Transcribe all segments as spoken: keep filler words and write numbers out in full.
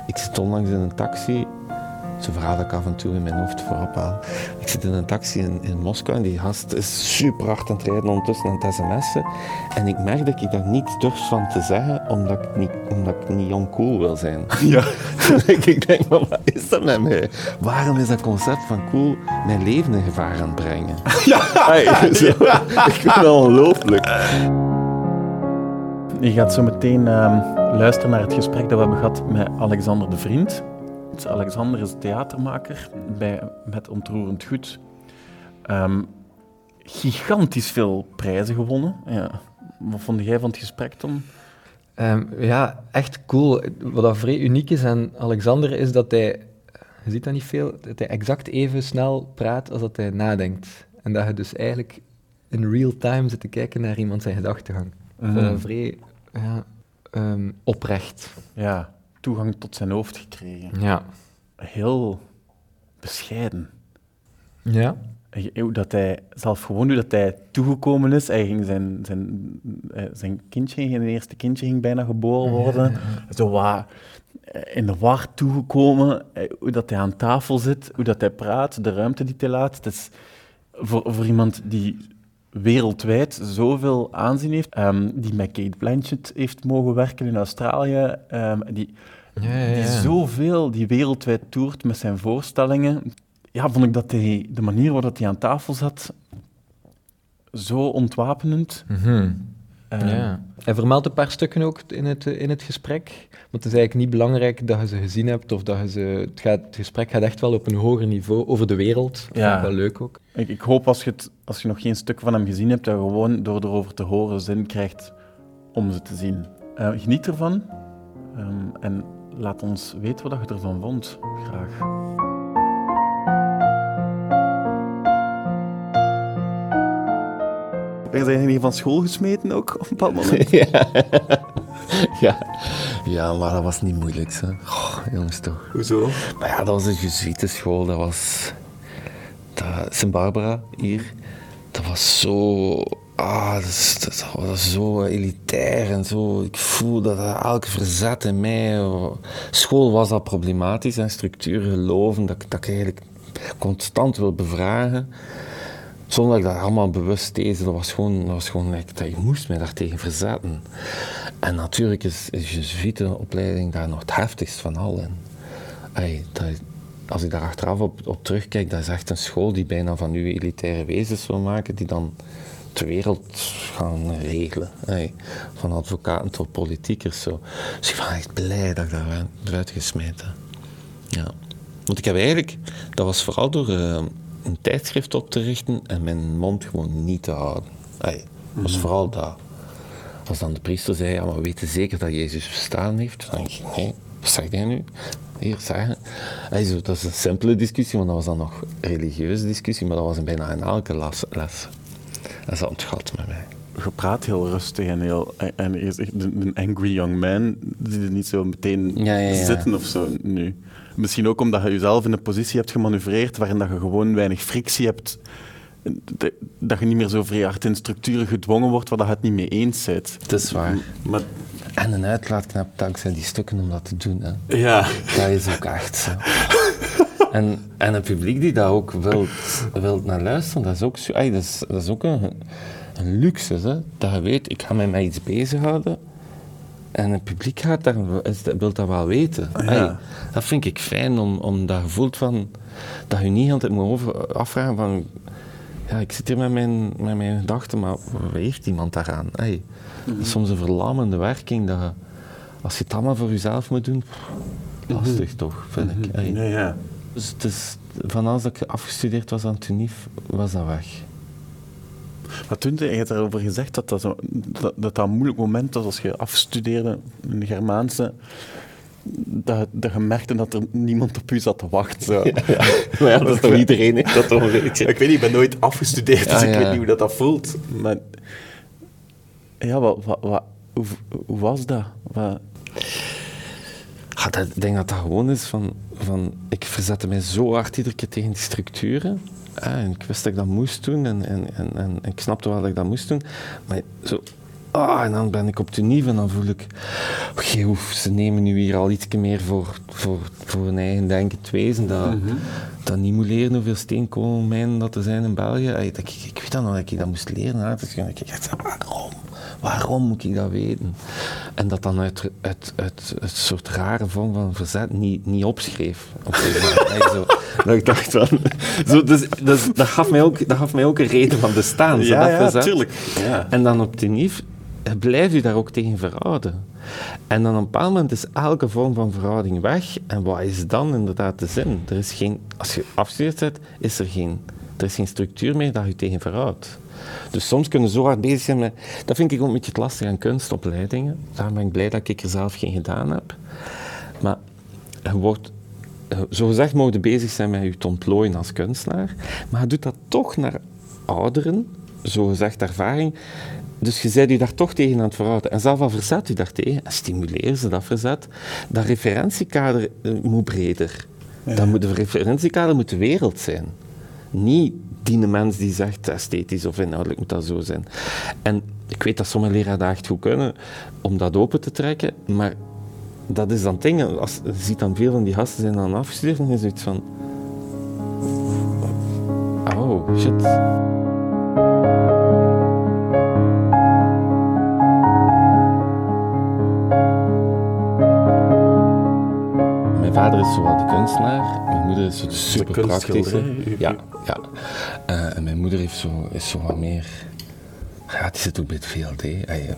Ik zit onlangs in een taxi. Zo'n verhaal dat ik af en toe in mijn hoofd voorop haal. Ik zit in een taxi in, in Moskou en die gast is super hard aan het rijden ondertussen aan het sms'en. En ik merk dat ik daar niets durf van te zeggen, omdat ik niet, omdat ik niet oncool wil zijn. Ja. Ik denk, maar wat is dat met mij? Waarom is dat concept van cool mijn leven in gevaar aan het brengen? Ja. Hey, zo, ik vind het ongelooflijk. Je gaat zo meteen uh, luisteren naar het gesprek dat we hebben gehad met Alexander de Vriend. Alexander is theatermaker bij, met Ontroerend Goed. Um, gigantisch veel prijzen gewonnen. Ja. Wat vond jij van het gesprek, Tom? Um, ja, echt cool. Wat dat vrij uniek is aan Alexander is dat hij, je ziet dat niet veel, dat hij exact even snel praat als dat hij nadenkt. En dat je dus eigenlijk in real time zit te kijken naar iemand zijn gedachtegang. Mm. Dat is vrij ja, um, oprecht. Ja. Toegang tot zijn hoofd gekregen. Ja. Heel bescheiden. Ja. Hoe dat hij, zelf gewoon hoe dat hij toegekomen is. Hij ging zijn, zijn, zijn kindje, zijn eerste kindje ging bijna geboren worden. Ja, ja, ja. Zo wat in de war toegekomen. Hoe dat hij aan tafel zit, hoe dat hij praat, de ruimte die hij laat. Het is voor, voor iemand die wereldwijd zoveel aanzien heeft, um, die met Cate Blanchett heeft mogen werken in Australië, um, die, ja, ja, ja. die zoveel, die wereldwijd toert met zijn voorstellingen. Ja, vond ik dat hij, de manier waarop hij aan tafel zat, zo ontwapenend. Mm-hmm. Um, ja. Hij vermeldt een paar stukken ook in het, in het gesprek, maar het is eigenlijk niet belangrijk dat je ze gezien hebt, of dat je ze... Het, gaat, het gesprek gaat echt wel op een hoger niveau over de wereld. Dat ja. vind ik wel leuk ook. Ik, ik hoop als je, het, als je nog geen stuk van hem gezien hebt, dat je gewoon door erover te horen zin krijgt om ze te zien. Uh, geniet ervan um, en laat ons weten wat je ervan vond. Graag. Ben je hier van school gesmeten ook op een bepaald moment? Ja. Ja. Ja, maar dat was niet moeilijk. Hè. Oh, jongens toch. Hoezo? Maar ja, dat was een Jezuïtenschool. Dat was... Sint-Barbara, hier. Dat was zo... Ah, dat, is, dat was zo elitair en zo. Ik voel dat elke verzet in mij... School was al problematisch en structuren geloven dat, dat ik eigenlijk constant wil bevragen. Zonder dat ik dat allemaal bewust deed. Dat was gewoon... Dat was gewoon dat ik moest mij daartegen verzetten. En natuurlijk is de Jezuïtenopleiding daar nog het heftigst van allen. Ay, dat, als ik daar achteraf op, op terugkijk, dat is echt een school die bijna van uw elitaire wezens wil maken, die dan de wereld gaan regelen. Ay, van advocaten tot politiekers. Zo. Dus ik ben echt blij dat ik daar eruit gesmeten heb. Ja. Want ik heb eigenlijk, dat was vooral door uh, een tijdschrift op te richten en mijn mond gewoon niet te houden. Ay, dat was mm-hmm. vooral dat. Als dan de priester zei, ja, maar we weten zeker dat Jezus bestaan heeft. Dan denk ik, nee, wat zeg jij nu? Hier, zeggen. Zo, dat is een simpele discussie, want dat was dan nog een religieuze discussie, maar dat was bijna in elke les. les. Dat is ontgat met mij. Je praat heel rustig en heel... En je zegt, een angry young man, die er niet zo meteen ja, ja, ja. zitten of zo nu. Misschien ook omdat je jezelf in een positie hebt gemanoeuvreerd waarin dat je gewoon weinig frictie hebt... De, dat je niet meer zo vrij hard in structuren gedwongen wordt waar je het niet mee eens bent. Dat is waar. Maar... En een uitlaatknap dankzij die stukken om dat te doen. Hè. Ja. Dat is ook echt zo. en, en een publiek die daar ook wil, wil naar luisteren, dat is ook, zo, ay, dat is, dat is ook een, een luxe. Hè. Dat je weet, ik ga mij met iets bezighouden en het publiek gaat daar, wil dat wel weten. Ja. Ay, dat vind ik fijn, om, om dat gevoel van... Dat je niet altijd moet over, afvragen van... Ja, ik zit hier met mijn, met mijn gedachten, maar wat heeft iemand daaraan? Hey, mm-hmm. Dat is soms een verlammende werking, dat je, als je het allemaal voor jezelf moet doen, lastig mm-hmm. toch, vind ik. Hey. Ja, ja. Dus het is, van als ik afgestudeerd was aan T U N I F, was dat weg. Maar toen je hebt erover gezegd dat dat, zo, dat dat een moeilijk moment was als je afstudeerde in de Germaanse, dat, dat je merkte dat er niemand op u zat te wachten. Zo. Ja, ja. Maar ja, dat is toch iedereen, heeft dat toch een beetje. Ik weet niet, ik ben nooit afgestudeerd, dus ja, ik ja. weet niet hoe dat, dat voelt. Maar ja, wat, wat, wat, hoe, hoe was dat? Wat... Ja, dat, ik denk dat dat gewoon is van, van... Ik verzette mij zo hard iedere keer tegen die structuren. Ja, en ik wist dat ik dat moest doen en, en, en, en ik snapte wel dat ik dat moest doen. Maar zo, Ah, en dan ben ik op de nieuw en dan voel ik... Oké, okay, ze nemen nu hier al iets meer voor, voor, voor hun eigen denken te wezen. Dat, mm-hmm. dat niet moet leren hoeveel steenkoolmijnen dat er zijn in België. Ik, ik, ik weet dan nog dat ik dat moest leren. Hè. Dus ik dacht, waarom? Waarom moet ik dat weten? En dat dan uit, uit, uit een soort rare vorm van verzet niet, niet opschreef. Op zo, dat ik dacht van... Zo, dus, dus, dat, gaf mij ook, dat gaf mij ook een reden van bestaan. Ja, dat ja, verzet. Tuurlijk. Ja. En dan op de nieuw blijf je daar ook tegen verhouden. En dan op een bepaald moment is elke vorm van verhouding weg. En wat is dan inderdaad de zin? Er is geen, als je afgestudeerd bent, is er geen, er is geen structuur meer dat je tegen verhoudt. Dus soms kunnen we zo hard bezig zijn met... Dat vind ik ook een beetje het lastig aan kunstopleidingen. Daarom ben ik blij dat ik er zelf geen gedaan heb. Maar je wordt... Zogezegd mogen je bezig zijn met je te ontplooien als kunstenaar. Maar je doet dat toch naar ouderen, zogezegd ervaring. Dus je bent je daar toch tegen aan het verhouden. En zelf al verzet je daartegen. En stimuleer ze dat verzet. Dat referentiekader moet breder. Ja. Dat moet, de referentiekader moet de wereld zijn. Niet die mens die zegt esthetisch of inhoudelijk moet dat zo zijn. En ik weet dat sommige leraren dat echt goed kunnen om dat open te trekken, maar dat is dan het ding. Als, je ziet dan veel van die gasten zijn dan afgestudeerd en is zoiets van... Oh, shit. Mijn vader is zo wat de kunstenaar, mijn moeder is zo de super praktische. Ja, ja. Uh, en mijn moeder heeft zo, is zo wat meer... Ja, die zit ook bij het V L D. Ah, ja.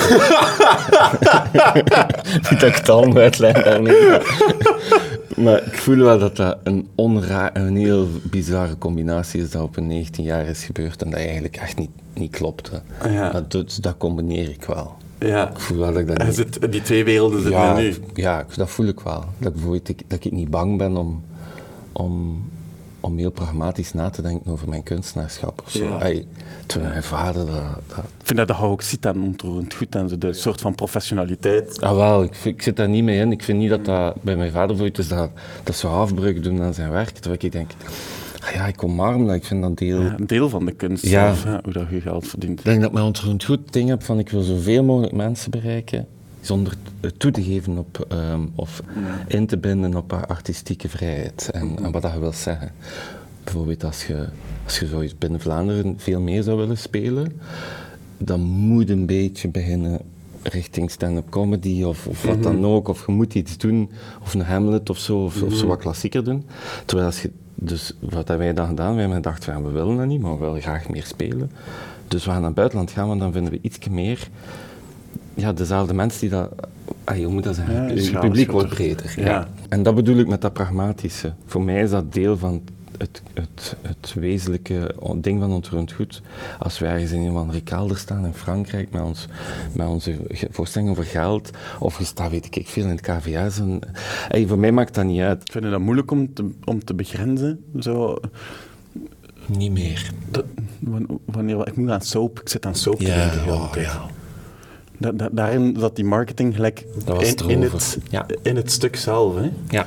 Niet dat ik het al moet uitleggen daarmee. Maar ik voel wel dat dat een, onra- een heel bizarre combinatie is dat op een negentien jaar is gebeurd en dat eigenlijk echt niet, niet klopt. Ah, ja. Maar dat, dat combineer ik wel. Ja. Ik voel wel dat ik dat niet... Zit, die twee werelden zitten ja, nu. Ja, dat voel ik wel. Dat, bijvoorbeeld, ik, dat ik niet bang ben om, om, om heel pragmatisch na te denken over mijn kunstenaarschap of zo. Ja. Hey, terwijl mijn vader dat, dat... Ik vind dat dat ook ziet aan ontroerend goed en de soort van professionaliteit. Ah, wel, ik, ik zit daar niet mee in. Ik vind niet dat dat bij mijn vader voor is dat, dat ze afbreuk doen aan zijn werk. Terwijl ik denk, ah ja, ik omarm dat. Ik vind dat deel... Ja, een deel van de kunst ja. zelf, hè, hoe dat je geld verdient. Ik denk dat ik mijn ontroerend goed ding heb van ik wil zoveel mogelijk mensen bereiken zonder toe te geven op, um, of ja. in te binden op artistieke vrijheid en, mm-hmm. en wat dat je wil zeggen. Bijvoorbeeld als je, als je zoiets binnen Vlaanderen veel meer zou willen spelen, dan moet een beetje beginnen richting stand-up comedy of, of wat mm-hmm. dan ook, of je moet iets doen, of een Hamlet of zo, of, mm-hmm. of zo wat klassieker doen. Terwijl als je, dus wat hebben wij dan gedaan? Wij hebben gedacht, van, we willen dat niet, maar we willen graag meer spelen. Dus we gaan naar het buitenland gaan, want dan vinden we iets meer... Ja, dezelfde mensen die dat... Ah, hoe moet dat zeggen? Ja, het publiek wordt breder. Ja. Ja. En dat bedoel ik met dat pragmatische. Voor mij is dat deel van het, het, het wezenlijke ding van ontroerend goed. Als wij ergens in een van de kelder staan in Frankrijk met, ons, met onze voorstelling over geld, of je staat, weet ik veel, in het K V S. En, hey, voor mij maakt dat niet uit. Vind je dat moeilijk om te, om te begrenzen? Zo... Niet meer. Dat, wanneer, ik moet aan soap, ik zit aan soap te ja, denken. Oh, ja. Da, da, daarin zat die marketing gelijk in, in, het, ja. in het stuk zelf. Hè? Ja.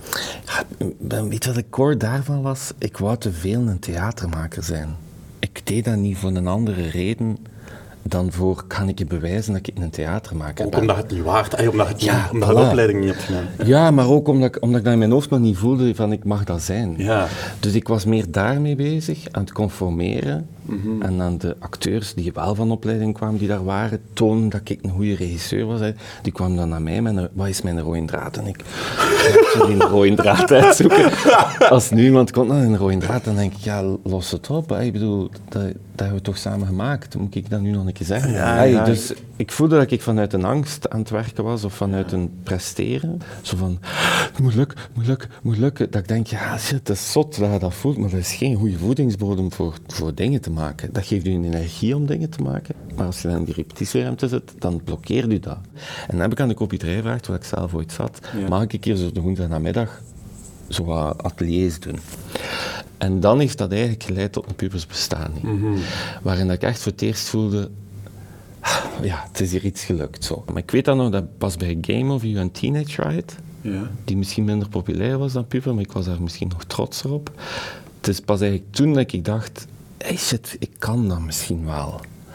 ja. Weet je wat de core daarvan was? Ik wou te veel een theatermaker zijn. Ik deed dat niet voor een andere reden dan voor, kan ik je bewijzen dat ik een theatermaker ook ben. Omdat het niet waard is, omdat, het ja, niet, omdat voilà. je de opleiding niet hebt gedaan. Ja, maar ook omdat ik, omdat ik dat in mijn hoofd nog niet voelde van ik mag dat zijn. Ja. Dus ik was meer daarmee bezig, aan het conformeren. Mm-hmm. En aan de acteurs die wel van opleiding kwamen, die daar waren, tonen dat ik een goede regisseur was. Hè. Die kwamen dan naar mij met een, wat is mijn rode draad? En ik ga die rode draad uitzoeken. Als nu iemand komt naar een rode draad, dan denk ik, ja, los het op. Hè. Ik bedoel, dat, dat hebben we toch samen gemaakt. Moet ik dat nu nog een keer zeggen? Ja, hey, ja. Dus ik voelde dat ik vanuit een angst aan het werken was, of vanuit een presteren. Zo van, het moet lukken, het moet lukken, het moet lukken. Dat ik denk, ja, shit, dat is zot dat je dat voelt, maar dat is geen goede voedingsbodem voor, voor dingen te maken. Dat geeft u een energie om dingen te maken, maar als je dan in die repetitieruimte zit, dan blokkeert u dat. En dan heb ik aan de kopieterij gevraagd, waar ik zelf ooit zat, ja. mag ik een keer zo de woensdag namiddag zo wat ateliers doen. En dan heeft dat eigenlijk geleid tot een pubersbestaaning, mm-hmm. waarin ik echt voor het eerst voelde, ja, het is hier iets gelukt. Zo. Maar ik weet dan nog, dat pas bij Game of You en Teenage Riot, ja. die misschien minder populair was dan puber, maar ik was daar misschien nog trotser op. Het is pas eigenlijk toen dat ik dacht, hey shit, ik kan dat misschien wel.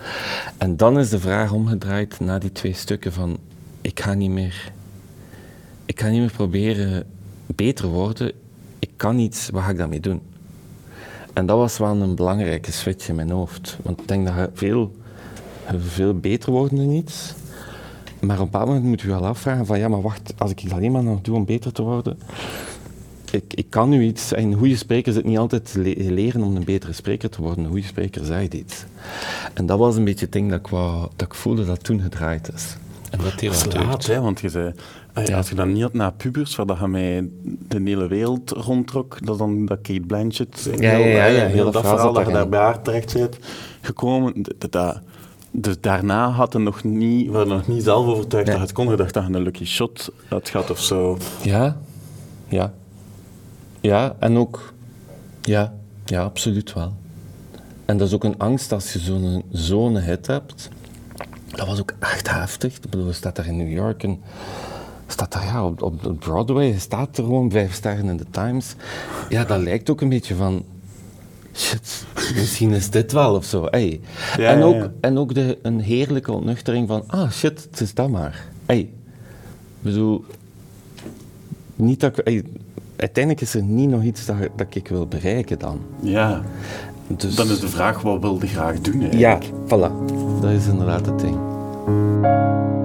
En dan is de vraag omgedraaid na die twee stukken van, ik ga niet meer, ik ga niet meer proberen beter worden, ik kan iets, wat ga ik daarmee doen? En dat was wel een belangrijke switch in mijn hoofd. Want ik denk dat je veel, je veel beter wordt in iets, maar op een bepaald moment moet je wel afvragen van, ja, maar wacht, als ik alleen maar nog doe om beter te worden, ik, ik kan nu iets, en een goede spreker zit niet altijd le- leren om een betere spreker te worden, een goede spreker zegt iets. En dat was een beetje het ding dat ik, wou, dat ik voelde dat toen gedraaid is. En dat Dat is laat, hè, want je zei, ah, ja, als je dan niet had na pubers, waar dat je mij de hele wereld rondtrok, dat dan dat Kate Blanchett, Ja, ja, ja, ja, heel, heel dat dat verhaal verhaal dat je daarin. daar bij haar terecht bent gekomen, dat, dat, dus daarna had je nog niet, we hadden nog niet zelf overtuigd Nee. dat je het kon, je dacht dat je een lucky shot had gehad of zo. Ja, ja. Ja, en ook, ja, ja, absoluut wel. En dat is ook een angst als je zo'n zo'n hit hebt. Dat was ook echt heftig. Ik bedoel, je staat daar in New York en staat daar ja, op, op Broadway, je staat er gewoon, vijf sterren in de Times. Ja, dat lijkt ook een beetje van, shit, misschien is dit wel of zo. Hey. Ja, en, ja, ook, ja. en ook de, een heerlijke ontnuchtering van, ah shit, het is dat maar. Hey. Ik bedoel, niet dat ik, hey, uiteindelijk is er niet nog iets dat, dat ik wil bereiken dan. Ja, Dus, dan is de vraag, wat wil je graag doen ja, eigenlijk? voilà. Dat is inderdaad het ding.